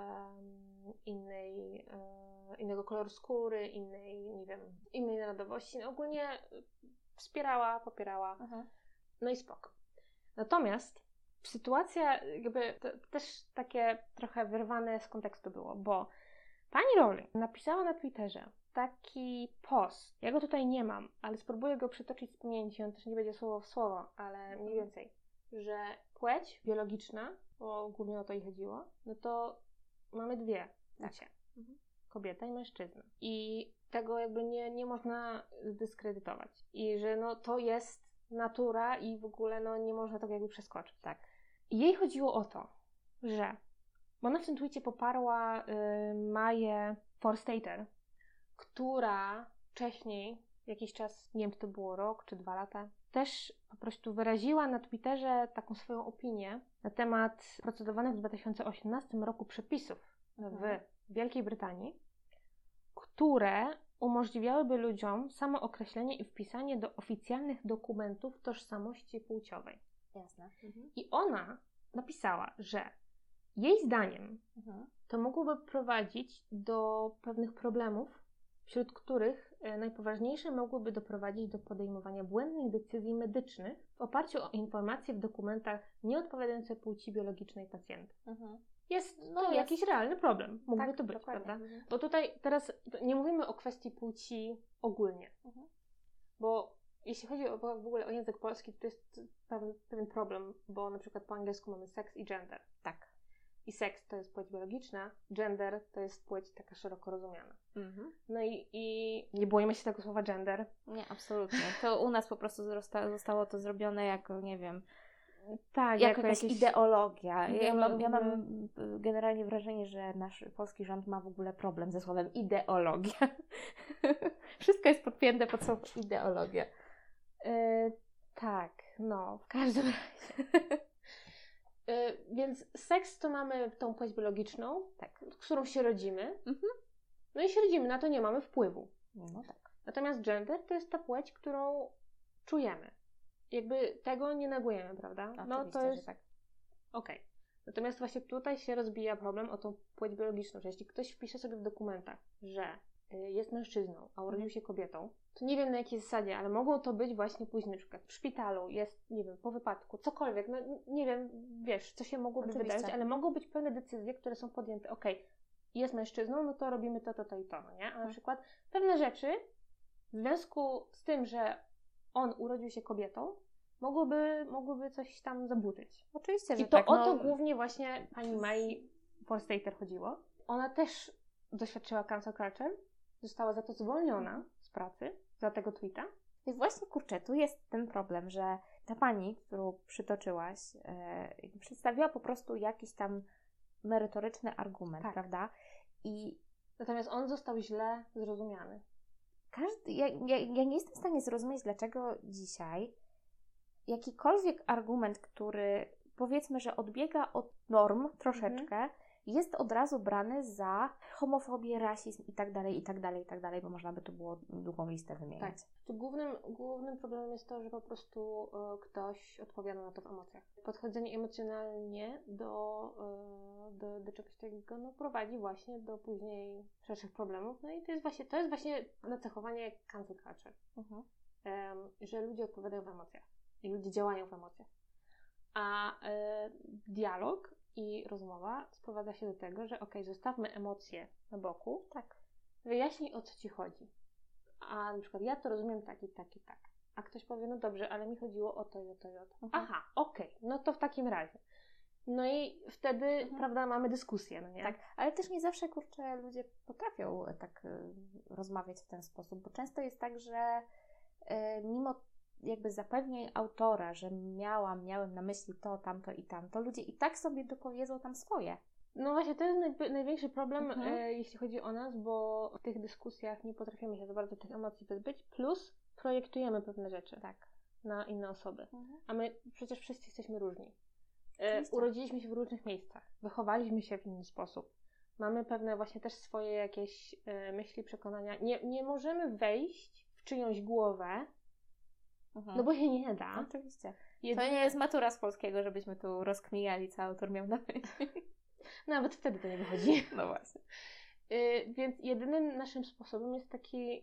innego koloru skóry, innej narodowości. No, ogólnie wspierała, popierała. No i spoko. Natomiast sytuacja jakby to też takie trochę wyrwane z kontekstu było, bo pani Rowling napisała na Twitterze taki post. Ja go tutaj nie mam, ale spróbuję go przytoczyć z pamięci. On też nie będzie słowo w słowo, ale mniej więcej. Że płeć biologiczna, bo głównie o to jej chodziło, no to mamy dwie płcie. Kobieta i mężczyzna. I tego jakby nie można zdyskredytować. I że no to jest natura i w ogóle no nie można tego jakby przeskoczyć. Tak. I jej chodziło o to, że ona w tym tweetie poparła Maję Forstater, która wcześniej, jakiś czas, nie wiem czy to było rok czy 2 lata, też po prostu wyraziła na Twitterze taką swoją opinię na temat procedowanych w 2018 roku przepisów w Wielkiej Brytanii, które umożliwiałyby ludziom samookreślenie i wpisanie do oficjalnych dokumentów tożsamości płciowej. Jasne. I ona napisała, że jej zdaniem to mogłoby prowadzić do pewnych problemów, wśród których najpoważniejsze mogłyby doprowadzić do podejmowania błędnych decyzji medycznych w oparciu o informacje w dokumentach nieodpowiadające płci biologicznej pacjenta. Jest jakiś realny problem. Mógłby to być, dokładnie. Prawda? Bo tutaj teraz nie mówimy o kwestii płci ogólnie. Bo jeśli chodzi w ogóle o język polski, to jest pewien problem, bo na przykład po angielsku mamy seks i gender. Tak. I seks to jest płeć biologiczna, gender to jest płeć taka szeroko rozumiana. No i nie boimy się tego słowa gender. Nie, absolutnie. To u nas po prostu zostało to zrobione jako, nie wiem, tak, jako jakaś ideologia. Ja mam generalnie wrażenie, że nasz polski rząd ma w ogóle problem ze słowem ideologia. Wszystko jest podpięte pod słowo ideologia. Tak, no, w każdym razie. Więc seks to mamy tą płeć biologiczną, z którą się rodzimy. No i się rodzimy, na to nie mamy wpływu. No tak. Natomiast gender to jest ta płeć, którą czujemy. Jakby tego nie negujemy, prawda? No to jest... tak. Okej. Natomiast właśnie tutaj się rozbija problem o tą płeć biologiczną, że jeśli ktoś wpisze sobie w dokumentach, że jest mężczyzną, a urodził się kobietą, to nie wiem na jakiej zasadzie, ale mogło to być właśnie później na przykład w szpitalu, jest, nie wiem, po wypadku, cokolwiek, no nie wiem, wiesz, co się mogłoby wydarzyć, ale mogą być pewne decyzje, które są podjęte, jest mężczyzną, no to robimy to i to, no nie? A na przykład pewne rzeczy w związku z tym, że on urodził się kobietą, mogłyby coś tam zaburzyć. Oczywiście, że i to tak. O to głównie właśnie pani Mai Forstater chodziło. Ona też doświadczyła cancel culture, została za to zwolniona z pracy, za tego tweeta. I właśnie, kurczę, tu jest ten problem, że ta pani, którą przytoczyłaś, przedstawiła po prostu jakiś tam merytoryczny argument, prawda? Natomiast on został źle zrozumiany. Ja nie jestem w stanie zrozumieć, dlaczego dzisiaj jakikolwiek argument, który powiedzmy, że odbiega od norm troszeczkę, jest od razu brany za homofobię, rasizm i tak dalej, bo można by tu było długą listę wymieniać. Tak. Tu głównym problemem jest to, że po prostu ktoś odpowiada na to w emocjach. Podchodzenie emocjonalnie do czegoś takiego prowadzi właśnie do później szerszych problemów. No i to jest właśnie nacechowanie cancel culture. Że ludzie odpowiadają w emocjach i ludzie działają w emocjach. A dialog i rozmowa sprowadza się do tego, że zostawmy emocje na boku, wyjaśnij, o co Ci chodzi. A na przykład ja to rozumiem tak i tak i tak. A ktoś powie, no dobrze, ale mi chodziło o to i o to i o to. Aha, no to w takim razie. No i wtedy, prawda, mamy dyskusję, no nie? Tak, ale też nie zawsze, ludzie potrafią tak rozmawiać w ten sposób, bo często jest tak, że mimo jakby zapewnień autora, że miałem na myśli to, tamto i tamto, ludzie i tak sobie dopowiedzą tam swoje. No właśnie, to jest największy problem, jeśli chodzi o nas, bo w tych dyskusjach nie potrafimy się za bardzo tych emocji wyzbyć, plus projektujemy pewne rzeczy na inne osoby. A my przecież wszyscy jesteśmy różni. Urodziliśmy się w różnych miejscach, wychowaliśmy się w inny sposób. Mamy pewne właśnie też swoje jakieś myśli, przekonania. Nie możemy wejść w czyjąś głowę, no bo się nie da. Oczywiście. To nie jest matura z polskiego, żebyśmy tu rozkminiali, co autor miał na myśli. Nawet wtedy to nie wychodzi. No właśnie. Więc jedynym naszym sposobem jest taki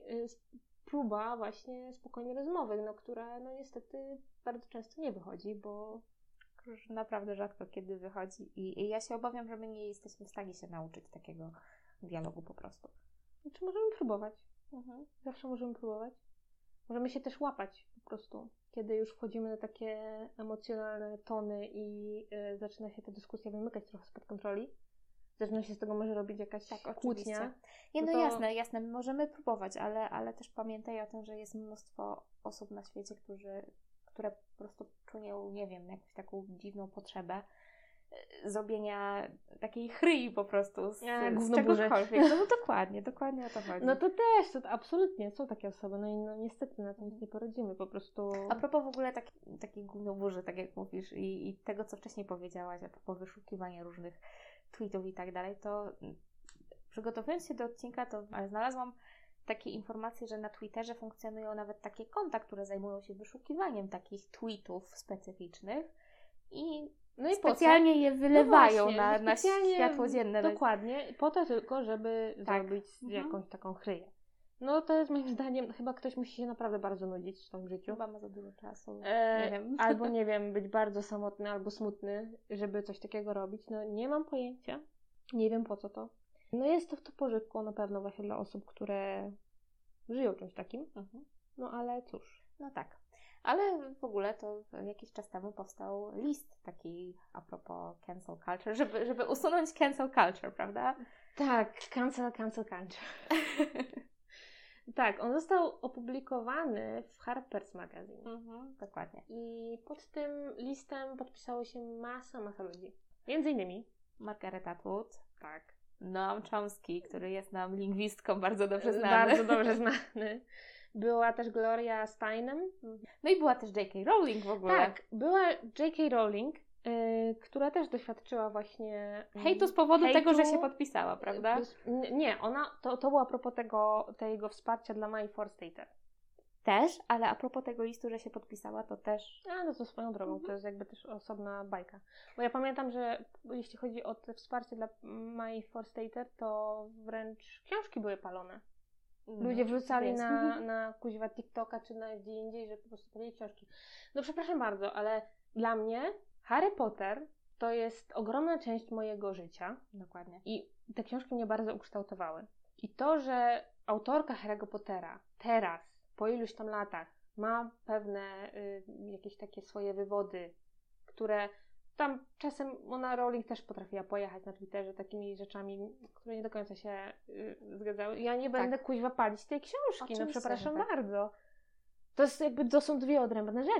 próba właśnie spokojnej rozmowy, która niestety bardzo często nie wychodzi, bo naprawdę rzadko kiedy wychodzi i ja się obawiam, że my nie jesteśmy w stanie się nauczyć takiego dialogu po prostu. Znaczy możemy próbować. Zawsze możemy próbować. Możemy się też łapać po prostu, kiedy już wchodzimy na takie emocjonalne tony i zaczyna się ta dyskusja wymykać trochę spod kontroli. Zaczyna się z tego może robić jakaś kłótnia. Jasne, my możemy próbować, ale też pamiętaj o tym, że jest mnóstwo osób na świecie, które po prostu czują, nie wiem, jakąś taką dziwną potrzebę zrobienia takiej chryi po prostu z czegokolwiek. No dokładnie o to chodzi. No to też, to absolutnie są takie osoby, no niestety na to nic nie poradzimy, po prostu. A propos w ogóle takiej gównoburzy, tak jak mówisz i tego, co wcześniej powiedziałaś, a propos wyszukiwania różnych tweetów i tak dalej, to przygotowując się do odcinka, to znalazłam takie informacje, że na Twitterze funkcjonują nawet takie konta, które zajmują się wyszukiwaniem takich tweetów specyficznych i specjalnie je wylewają na światło dzienne. Dokładnie, po to tylko, żeby zrobić jakąś taką chryję. No to jest moim zdaniem, chyba ktoś musi się naprawdę bardzo nudzić w swoim życiu. Chyba ma za dużo czasu. Nie wiem. Albo nie wiem, być bardzo samotny albo smutny, żeby coś takiego robić. No nie mam pojęcia. Nie wiem po co to. No jest to pożywką na pewno właśnie dla osób, które żyją czymś takim. No ale cóż. No tak. Ale w ogóle to jakiś czas temu powstał list taki a propos cancel culture, żeby usunąć cancel culture, prawda? Tak, cancel culture. Tak, on został opublikowany w Harper's Magazine. Dokładnie. I pod tym listem podpisało się masa ludzi. Między innymi Margaret Atwood. Tak. Noam Chomsky, który jest nam lingwistką bardzo dobrze znany. Bardzo dobrze znany. Była też Gloria Steinem. No i była też J.K. Rowling w ogóle. Tak, była J.K. Rowling, która też doświadczyła właśnie hejtu z powodu tego, że się podpisała, prawda? Nie, to było a propos tego wsparcia dla May Forstater. Też, ale a propos tego listu, że się podpisała, to też... No to swoją drogą, to jest jakby też osobna bajka. Bo ja pamiętam, że jeśli chodzi o te wsparcie dla May Forstater, to wręcz książki były palone. Ludzie wrzucali na kuźwa TikToka czy na gdzie indziej, że po prostu palili książki. No przepraszam bardzo, ale dla mnie Harry Potter to jest ogromna część mojego życia. Dokładnie. I te książki mnie bardzo ukształtowały. I to, że autorka Harry'ego Pottera teraz, po iluś tam latach, ma pewne jakieś takie swoje wywody, które tam czasem Rowling też potrafiła pojechać na Twitterze takimi rzeczami, które nie do końca się zgadzały. Ja nie będę kuźwa palić tej książki, oczywiście, no przepraszam bardzo. To są dwie odrębne rzeczy.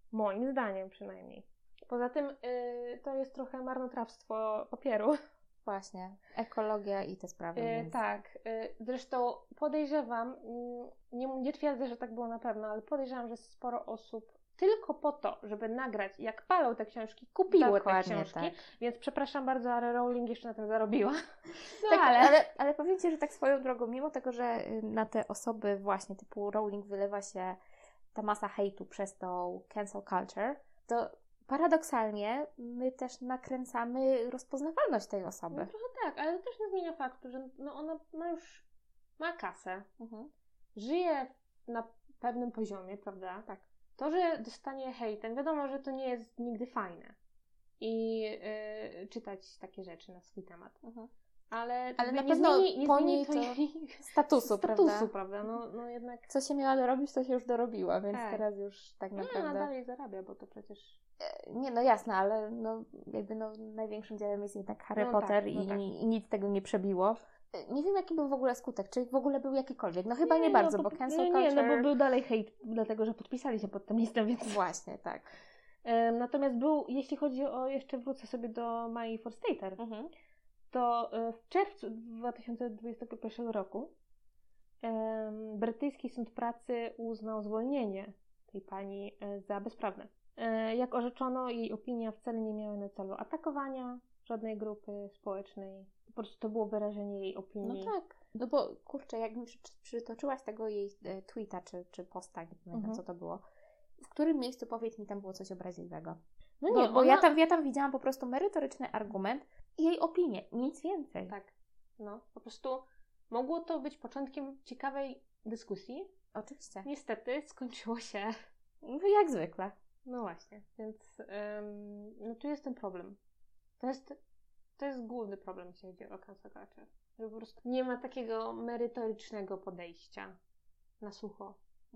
Moim zdaniem przynajmniej. Poza tym to jest trochę marnotrawstwo papieru. Właśnie, ekologia i te sprawy. Więc... Tak, zresztą podejrzewam, nie twierdzę, że tak było na pewno, ale podejrzewam, że sporo osób tylko po to, żeby nagrać, jak palą te książki, kupiło te książki, tak. Więc przepraszam bardzo, ale Rowling jeszcze na tym zarobiła. No tak, ale powiem Ci, że tak swoją drogą, mimo tego, że na te osoby właśnie typu Rowling wylewa się ta masa hejtu przez tą cancel culture, to paradoksalnie my też nakręcamy rozpoznawalność tej osoby. No trochę tak, ale to też nie zmienia faktu, że ona ma kasę, żyje na pewnym poziomie, prawda? Tak. To, że dostanie hejtem, wiadomo, że to nie jest nigdy fajne i czytać takie rzeczy na swój temat. Ale na pewno po niej to statusu, prawda? No jednak... Co się miała dorobić, to się już dorobiła, więc tak. Teraz już tak naprawdę... Nie, ona dalej zarabia, bo to przecież... Nie, no jasne, ale największym dziełem jest jednak Harry Potter i nic tego nie przebiło. Nie wiem, jaki był w ogóle skutek, czy w ogóle był jakikolwiek. No chyba nie bardzo, bo cancel culture... Nie, bo był dalej hejt, dlatego, że podpisali się pod tym listem, więc... Właśnie, tak. Natomiast jeśli chodzi o, jeszcze wrócę sobie do Mai Forstater, to w czerwcu 2021 roku brytyjski sąd pracy uznał zwolnienie tej pani za bezprawne. Jak orzeczono, jej opinia wcale nie miała na celu atakowania żadnej grupy społecznej. Po prostu to było wyrażenie jej opinii. No tak. No bo kurczę, jak mi przytoczyłaś tego jej tweeta czy posta, nie pamiętam co to było, w którym miejscu, powiedz mi, tam było coś obraźliwego? No nie, bo ja tam widziałam po prostu merytoryczny argument i jej opinię, nic więcej. Tak. No, po prostu mogło to być początkiem ciekawej dyskusji. Oczywiście. Niestety skończyło się... No jak zwykle. No właśnie, więc tu jest ten problem. To jest główny problem, jeśli chodzi o cancel culture. Że po prostu nie ma takiego merytorycznego podejścia na sucho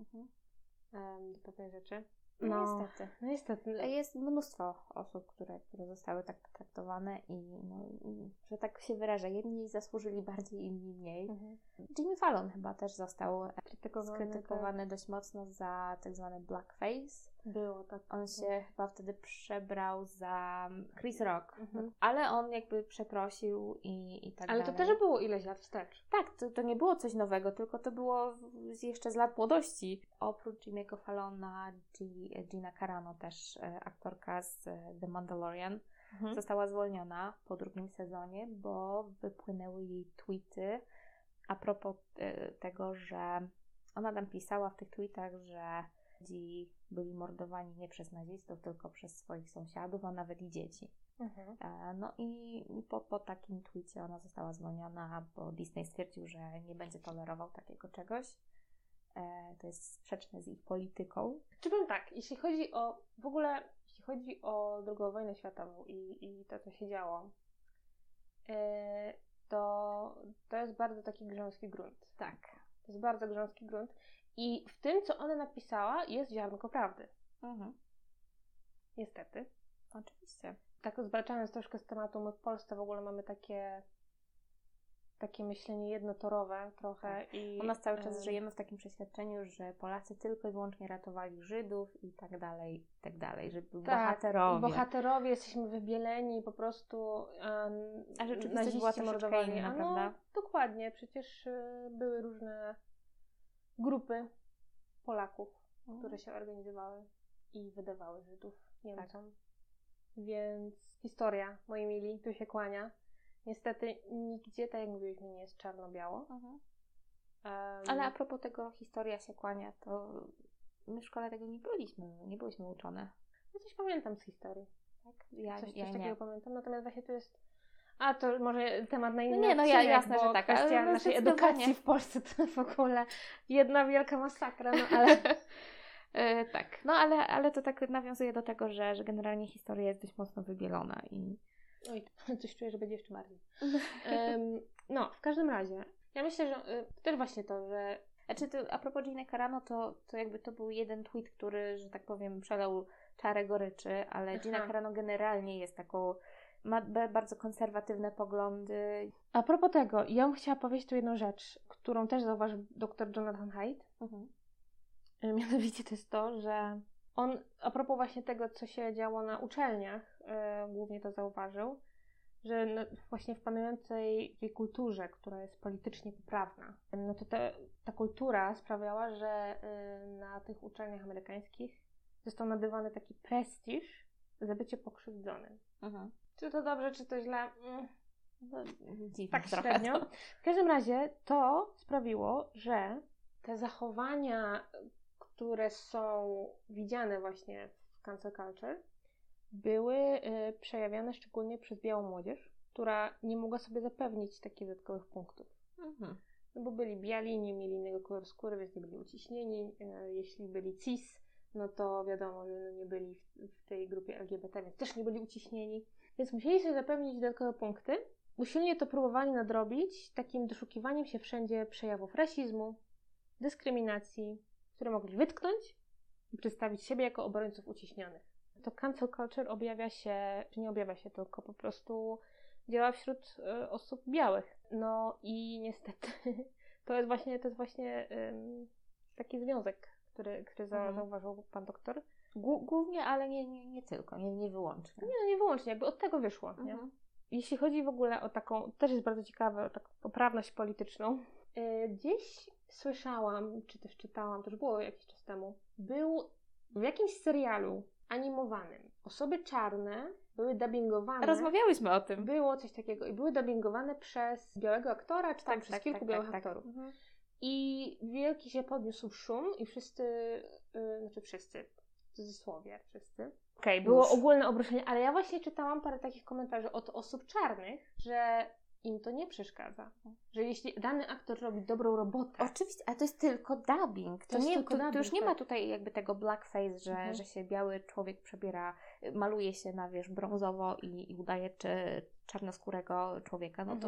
do pewnej rzeczy. No niestety. Jest mnóstwo osób, które zostały tak potraktowane i że tak się wyrażę, jedni zasłużyli bardziej, inni mniej. Jimmy Fallon chyba też został skrytykowany dość mocno za tak zwany blackface. Było tak. On się chyba wtedy przebrał za Chris Rock, ale on jakby przeprosił i tak dalej. Ale to też było ileś lat wstecz. Tak, to nie było coś nowego, tylko to było jeszcze z lat młodości. Oprócz Jimmy'ego Fallona, Gina Carano, też aktorka z The Mandalorian, została zwolniona po drugim sezonie, bo wypłynęły jej tweety a propos tego, że ona tam pisała w tych tweetach, że Żydzi byli mordowani nie przez nazistów, tylko przez swoich sąsiadów, a nawet i dzieci. No i po takim tweetie ona została zwolniona, bo Disney stwierdził, że nie będzie tolerował takiego czegoś. To jest sprzeczne z ich polityką. Czy powiem tak, jeśli chodzi o II wojnę światową i to, co się działo, to jest bardzo taki grząski grunt. Tak. To jest bardzo grząski grunt. I w tym, co ona napisała, jest ziarnko prawdy. Niestety. Oczywiście. Tak zwracając troszkę z tematu, my w Polsce w ogóle mamy takie myślenie jednotorowe trochę. Tak. U nas cały czas żyjemy w takim przeświadczeniu, że Polacy tylko i wyłącznie ratowali Żydów i tak dalej, że bohaterowie. Bohaterowie, jesteśmy wybieleni po prostu, a rzeczywistość była troszeczkę inna, prawda? Dokładnie, przecież były różne grupy Polaków, które się organizowały i wydawały Żydów Niemcom. Tak. Więc historia, moi mili, tu się kłania. Niestety nigdzie, tak jak mówiliśmy, nie jest czarno-biało. Ale a propos tego historia się kłania, to my w szkole tego nie byliśmy uczone. Ja coś pamiętam z historii. Tak? Coś takiego pamiętam, natomiast właśnie to jest... A to może temat na inny odcinek, jasne, że tak. Kwestia naszej edukacji w Polsce to w ogóle jedna wielka masakra, ale... tak, ale to tak nawiązuje do tego, że generalnie historia jest dość mocno wybielona i... Oj, coś czuję, że będzie jeszcze bardziej. W każdym razie, ja myślę, że też właśnie to, że... A propos Giny Carano, to jakby to był jeden tweet, który, że tak powiem, przelał czarę goryczy, ale Gina Carano generalnie jest taką... Ma bardzo konserwatywne poglądy. A propos tego, ja bym chciała powiedzieć tu jedną rzecz, którą też zauważył dr Jonathan Haidt. Mianowicie to jest to, że On, a propos właśnie tego, co się działo na uczelniach, głównie to zauważył, że właśnie w panującej tej kulturze, która jest politycznie poprawna, no to ta kultura sprawiała, że na tych uczelniach amerykańskich został nadawany taki prestiż za bycie pokrzywdzonym. Czy to dobrze, czy to źle? No, tak średnio. W każdym razie to sprawiło, że te zachowania, które są widziane właśnie w cancel culture, były przejawiane szczególnie przez białą młodzież, która nie mogła sobie zapewnić takich dodatkowych punktów. No bo byli biali, nie mieli innego koloru skóry, więc nie byli uciśnieni. Jeśli byli cis, no to wiadomo, że nie byli w tej grupie LGBT, więc też nie byli uciśnieni. Więc musieli sobie zapewnić dodatkowe punkty. Usilnie to próbowali nadrobić takim doszukiwaniem się wszędzie przejawów rasizmu, dyskryminacji, które mogli wytknąć i przedstawić siebie jako obrońców uciśnionych. To cancel culture objawia się, czy nie objawia się, tylko po prostu działa wśród osób białych. No i niestety to jest właśnie taki związek, który zauważył pan doktor. Głównie, ale nie tylko, nie wyłącznie. Nie wyłącznie, jakby od tego wyszło. Nie? Jeśli chodzi w ogóle o taką, też jest bardzo ciekawe, o taką poprawność polityczną. Gdzieś słyszałam, czy też czytałam, to już było jakiś czas temu, był w jakimś serialu animowanym. Osoby czarne były dubbingowane. Rozmawiałyśmy o tym. Było coś takiego i były dubbingowane przez białego aktora, czy tam przez kilku białych aktorów. I wielki się podniósł szum i wszyscy, w cudzysłowie wszyscy. Było ogólne obruszenie, ale ja właśnie czytałam parę takich komentarzy od osób czarnych, że im to nie przeszkadza. Że jeśli dany aktor robi dobrą robotę... Oczywiście, ale to jest tylko dubbing. To już nie ma tutaj jakby tego blackface, że się biały człowiek przebiera, maluje się na, brązowo i udaje czarnoskórego człowieka. No to...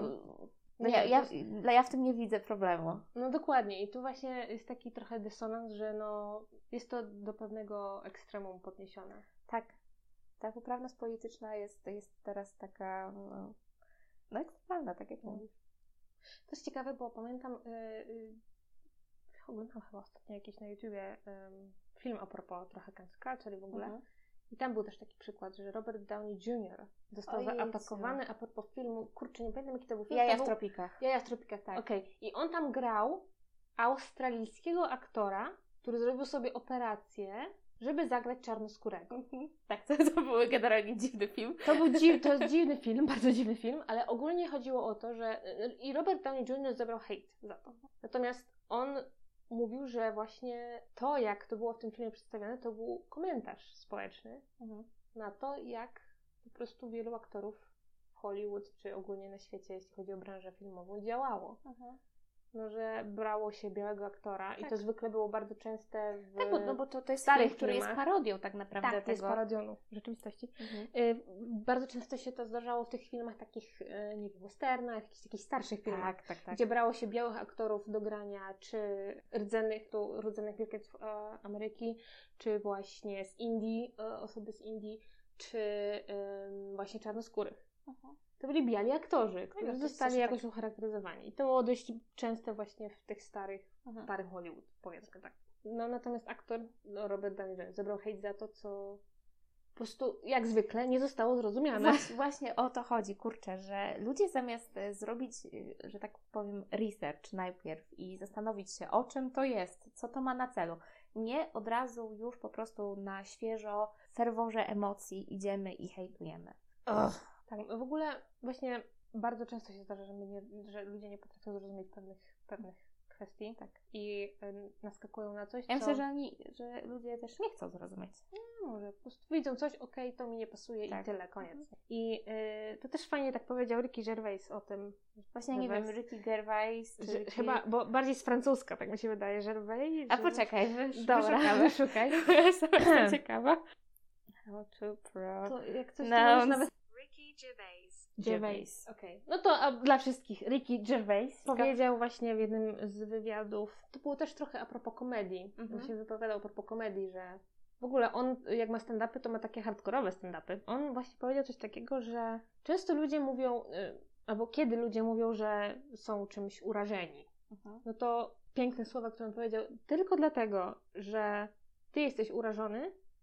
Ja w tym nie widzę problemu. No dokładnie. I tu właśnie jest taki trochę dysonans, że jest to do pewnego ekstremum podniesione. Tak. Ta poprawność polityczna jest teraz taka... ekstremalna, tak jak mówisz. To jest ciekawe, bo pamiętam, oglądałam chyba ostatnio jakiś na YouTubie film a propos trochę cancel culture i w ogóle. I tam był też taki przykład, że Robert Downey Jr. został zaatakowany a propos filmu, nie pamiętam jaki to był film. Jaja w tropikach. Jaja w tropikach, tak. I on tam grał australijskiego aktora, który zrobił sobie operację, żeby zagrać czarnoskórego. Tak, to był generalnie dziwny film. To jest dziwny film, bardzo dziwny film, ale ogólnie chodziło o to, że i Robert Downey Jr. zebrał hejt za to. Natomiast on mówił, że właśnie to, jak to było w tym filmie przedstawione, to był komentarz społeczny na to, jak po prostu wielu aktorów w Hollywood, czy ogólnie na świecie, jeśli chodzi o branżę filmową, działało. No, że brało się białego aktora i to zwykle było bardzo częste w bo to jest film, który jest parodią tak naprawdę tego. Jest parodią rzeczywistości. Bardzo często się to zdarzało w tych filmach takich, nie wiem, westernach, jakichś starszych filmach, gdzie brało się białych aktorów do grania, czy rdzennych wielkich Ameryki, czy właśnie z Indii, osoby z Indii, czy właśnie czarnoskórych. To byli biali aktorzy, którzy zostali jakoś ucharakteryzowani. I to było dość częste właśnie w tych starych Hollywood, powiedzmy tak. No natomiast aktor Robert Downey Jr. zebrał hejt za to, co po prostu jak zwykle nie zostało zrozumiane. Właśnie o to chodzi, że ludzie zamiast zrobić, że tak powiem, research najpierw i zastanowić się, o czym to jest, co to ma na celu, nie od razu już po prostu na świeżo, w ferworze emocji idziemy i hejtujemy. Tak, w ogóle właśnie bardzo często się zdarza, że ludzie nie potrafią zrozumieć pewnych kwestii i naskakują na coś, Ja myślę, że ludzie też nie chcą zrozumieć. No, może po prostu widzą coś, to mi nie pasuje i tyle, koniec. I to też fajnie tak powiedział Ricky Gervais o tym. Właśnie nie wiem, Ricky Gervais chyba, bo bardziej z francuska, tak mi się wydaje, Gervais. A poczekaj, wyszukaj. Jestem ciekawa. How to to jak coś nawet Ricky Gervais. No to dla wszystkich. Ricky Gervais powiedział właśnie w jednym z wywiadów, to było też trochę a propos komedii. On się wypowiadał a propos komedii, że w ogóle on, jak ma stand-upy, to ma takie hardkorowe stand-upy. On właśnie powiedział coś takiego, że często ludzie mówią, albo kiedy ludzie mówią, że są czymś urażeni, no to piękne słowa, które on powiedział, tylko dlatego, że ty jesteś urażony,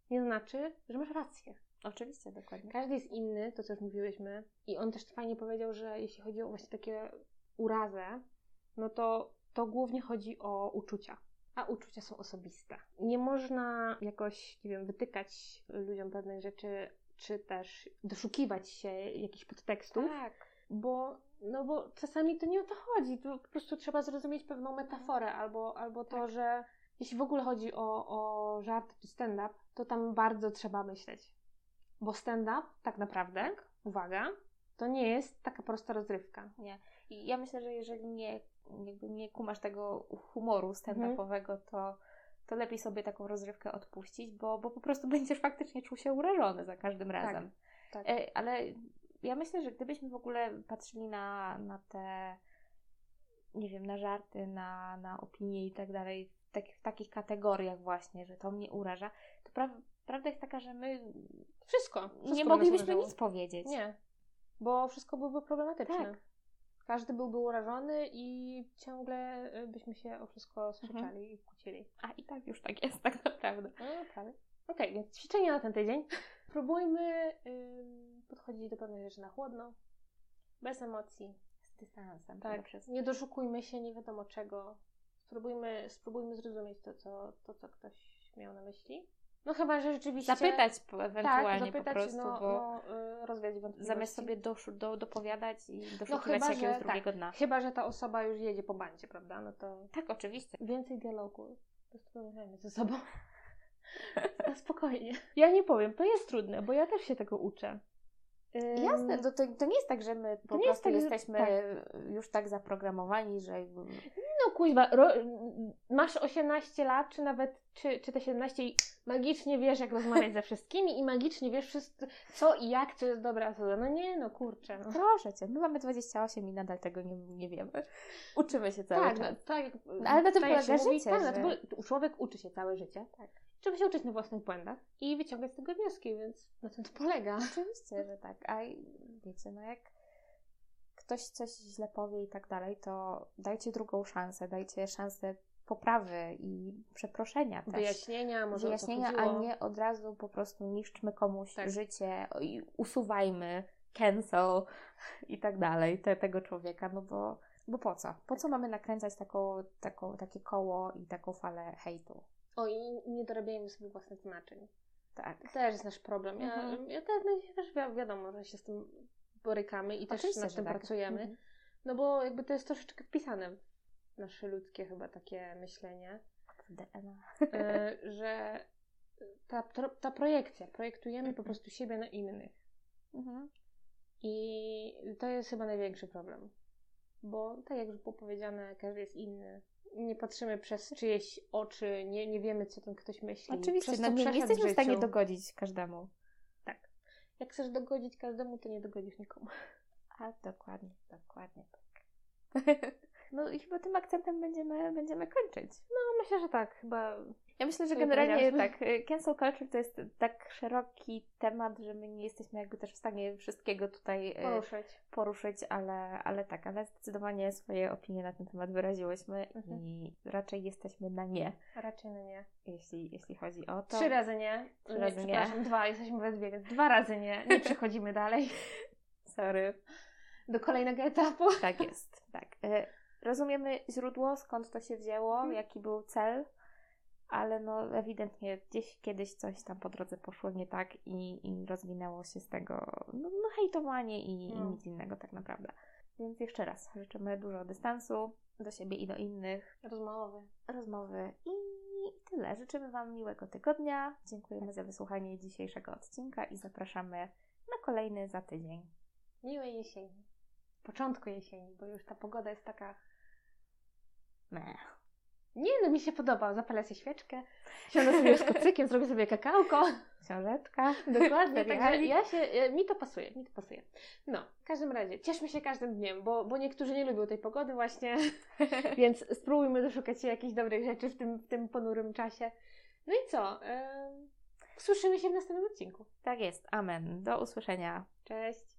nie znaczy, że masz rację. Oczywiście, dokładnie. Każdy jest inny, to co już mówiłyśmy. I on też fajnie powiedział, że jeśli chodzi o właśnie takie urazę, no to głównie chodzi o uczucia. A uczucia są osobiste. Nie można jakoś, nie wiem, wytykać ludziom pewnych rzeczy, czy też doszukiwać się jakichś podtekstów. Tak. Bo czasami to nie o to chodzi. To po prostu trzeba zrozumieć pewną metaforę albo to, tak. że jeśli w ogóle chodzi o żart czy stand-up, to tam bardzo trzeba myśleć. Bo stand-up tak naprawdę, uwaga, to nie jest taka prosta rozrywka. Nie. I ja myślę, że jeżeli nie kumasz tego humoru stand-upowego, to lepiej sobie taką rozrywkę odpuścić, bo po prostu będziesz faktycznie czuł się urażony za każdym razem. Tak. Ale ja myślę, że gdybyśmy w ogóle patrzyli na te, nie wiem, na żarty, na opinie i tak dalej, w takich kategoriach właśnie, że to mnie uraża, to prawda jest taka, że my wszystko nie moglibyśmy nic powiedzieć. Nie, bo wszystko byłoby problematyczne. Tak. Każdy byłby urażony i ciągle byśmy się o wszystko sprzeczali i kłócili. A i tak już tak jest, tak naprawdę. No, prawie. Okej, więc ćwiczenia na ten tydzień. Próbujmy podchodzić do pewnych rzeczy na chłodno, bez emocji. Z dystansem. Tak, nie doszukujmy się nie wiadomo czego. Spróbujmy zrozumieć to, co ktoś miał na myśli. No chyba, że rzeczywiście... Zapytać ewentualnie zapytać, po prostu, bo rozwiać wątpliwości. zamiast sobie dopowiadać i doszukiwać się jakiegoś drugiego dna. Chyba, że ta osoba już jedzie po bandzie, prawda? No to... Tak, oczywiście. Więcej dialogu. Po prostu rozmawiamy ze sobą. Na spokojnie. Ja nie powiem, to jest trudne, bo ja też się tego uczę. Jasne, to nie jest tak, że my po prostu tak, jesteśmy już tak zaprogramowani, że... No kuźwa, masz 18 lat, czy nawet czy te 17 i magicznie wiesz, jak rozmawiać ze wszystkimi i magicznie wiesz co i jak, co jest dobre, a co złe. No nie, no kurczę. No. Proszę Cię, my mamy 28 i nadal tego nie wiemy. Uczymy się cały czas. Tak, ale na tym polega życie. Człowiek uczy się całe życie. Tak. Trzeba się uczyć na własnych błędach i wyciągać z tego wnioski, więc na tym to polega. Oczywiście, że tak. A wiecie, no jak ktoś coś źle powie i tak dalej, to dajcie drugą szansę, dajcie szansę poprawy i przeproszenia też. Wyjaśnienia, a nie od razu po prostu niszczmy komuś życie i usuwajmy, cancel i tak dalej tego człowieka, no bo po co? Po co mamy nakręcać takie koło i taką falę hejtu? I nie dorabiajmy sobie własnych znaczeń. Tak. To też jest nasz problem. Ja też wiadomo, że się z tym borykamy i też nad tym pracujemy. No bo jakby to jest troszeczkę wpisane w nasze ludzkie chyba takie myślenie, że ta projekcja, projektujemy po prostu siebie na innych. I to jest chyba największy problem. Bo tak jak już było powiedziane, każdy jest inny. Nie patrzymy przez czyjeś oczy, nie wiemy, co ten ktoś myśli. Oczywiście, nie jesteśmy w stanie dogodzić każdemu. Tak. Jak chcesz dogodzić każdemu, to nie dogodzisz nikomu. A dokładnie tak. No i chyba tym akcentem będziemy kończyć. No myślę, że tak. Chyba. Ja myślę, że generalnie tak, cancel culture to jest tak szeroki temat, że my nie jesteśmy jakby też w stanie wszystkiego tutaj poruszyć, ale zdecydowanie swoje opinie na ten temat wyraziłyśmy i raczej jesteśmy na nie. Raczej na nie. Jeśli chodzi o to. 3 razy nie. 3 razy nie. Przepraszam, 2, jesteśmy we dwie, 2 razy nie. Nie przechodzimy dalej. Sorry. Do kolejnego etapu. Tak jest, tak. Rozumiemy źródło, skąd to się wzięło, jaki był cel, ale no ewidentnie gdzieś kiedyś coś tam po drodze poszło nie tak i rozwinęło się z tego hejtowanie i nic innego tak naprawdę. Więc jeszcze raz życzymy dużo dystansu do siebie i do innych. Rozmowy i tyle. Życzymy Wam miłego tygodnia. Dziękujemy za wysłuchanie dzisiejszego odcinka i zapraszamy na kolejny za tydzień. Miłej jesieni. Początku jesieni, bo już ta pogoda jest taka... Nie, no mi się podoba. Zapalę sobie świeczkę, siądę sobie z kocykiem, zrobię sobie kakałko. Książeczka. Dokładnie, także mi to pasuje. No, w każdym razie, cieszmy się każdym dniem, bo niektórzy nie lubią tej pogody właśnie, więc spróbujmy doszukać się jakichś dobrych rzeczy w tym ponurym czasie. No i co? Słyszymy się w następnym odcinku. Tak jest, amen. Do usłyszenia. Cześć.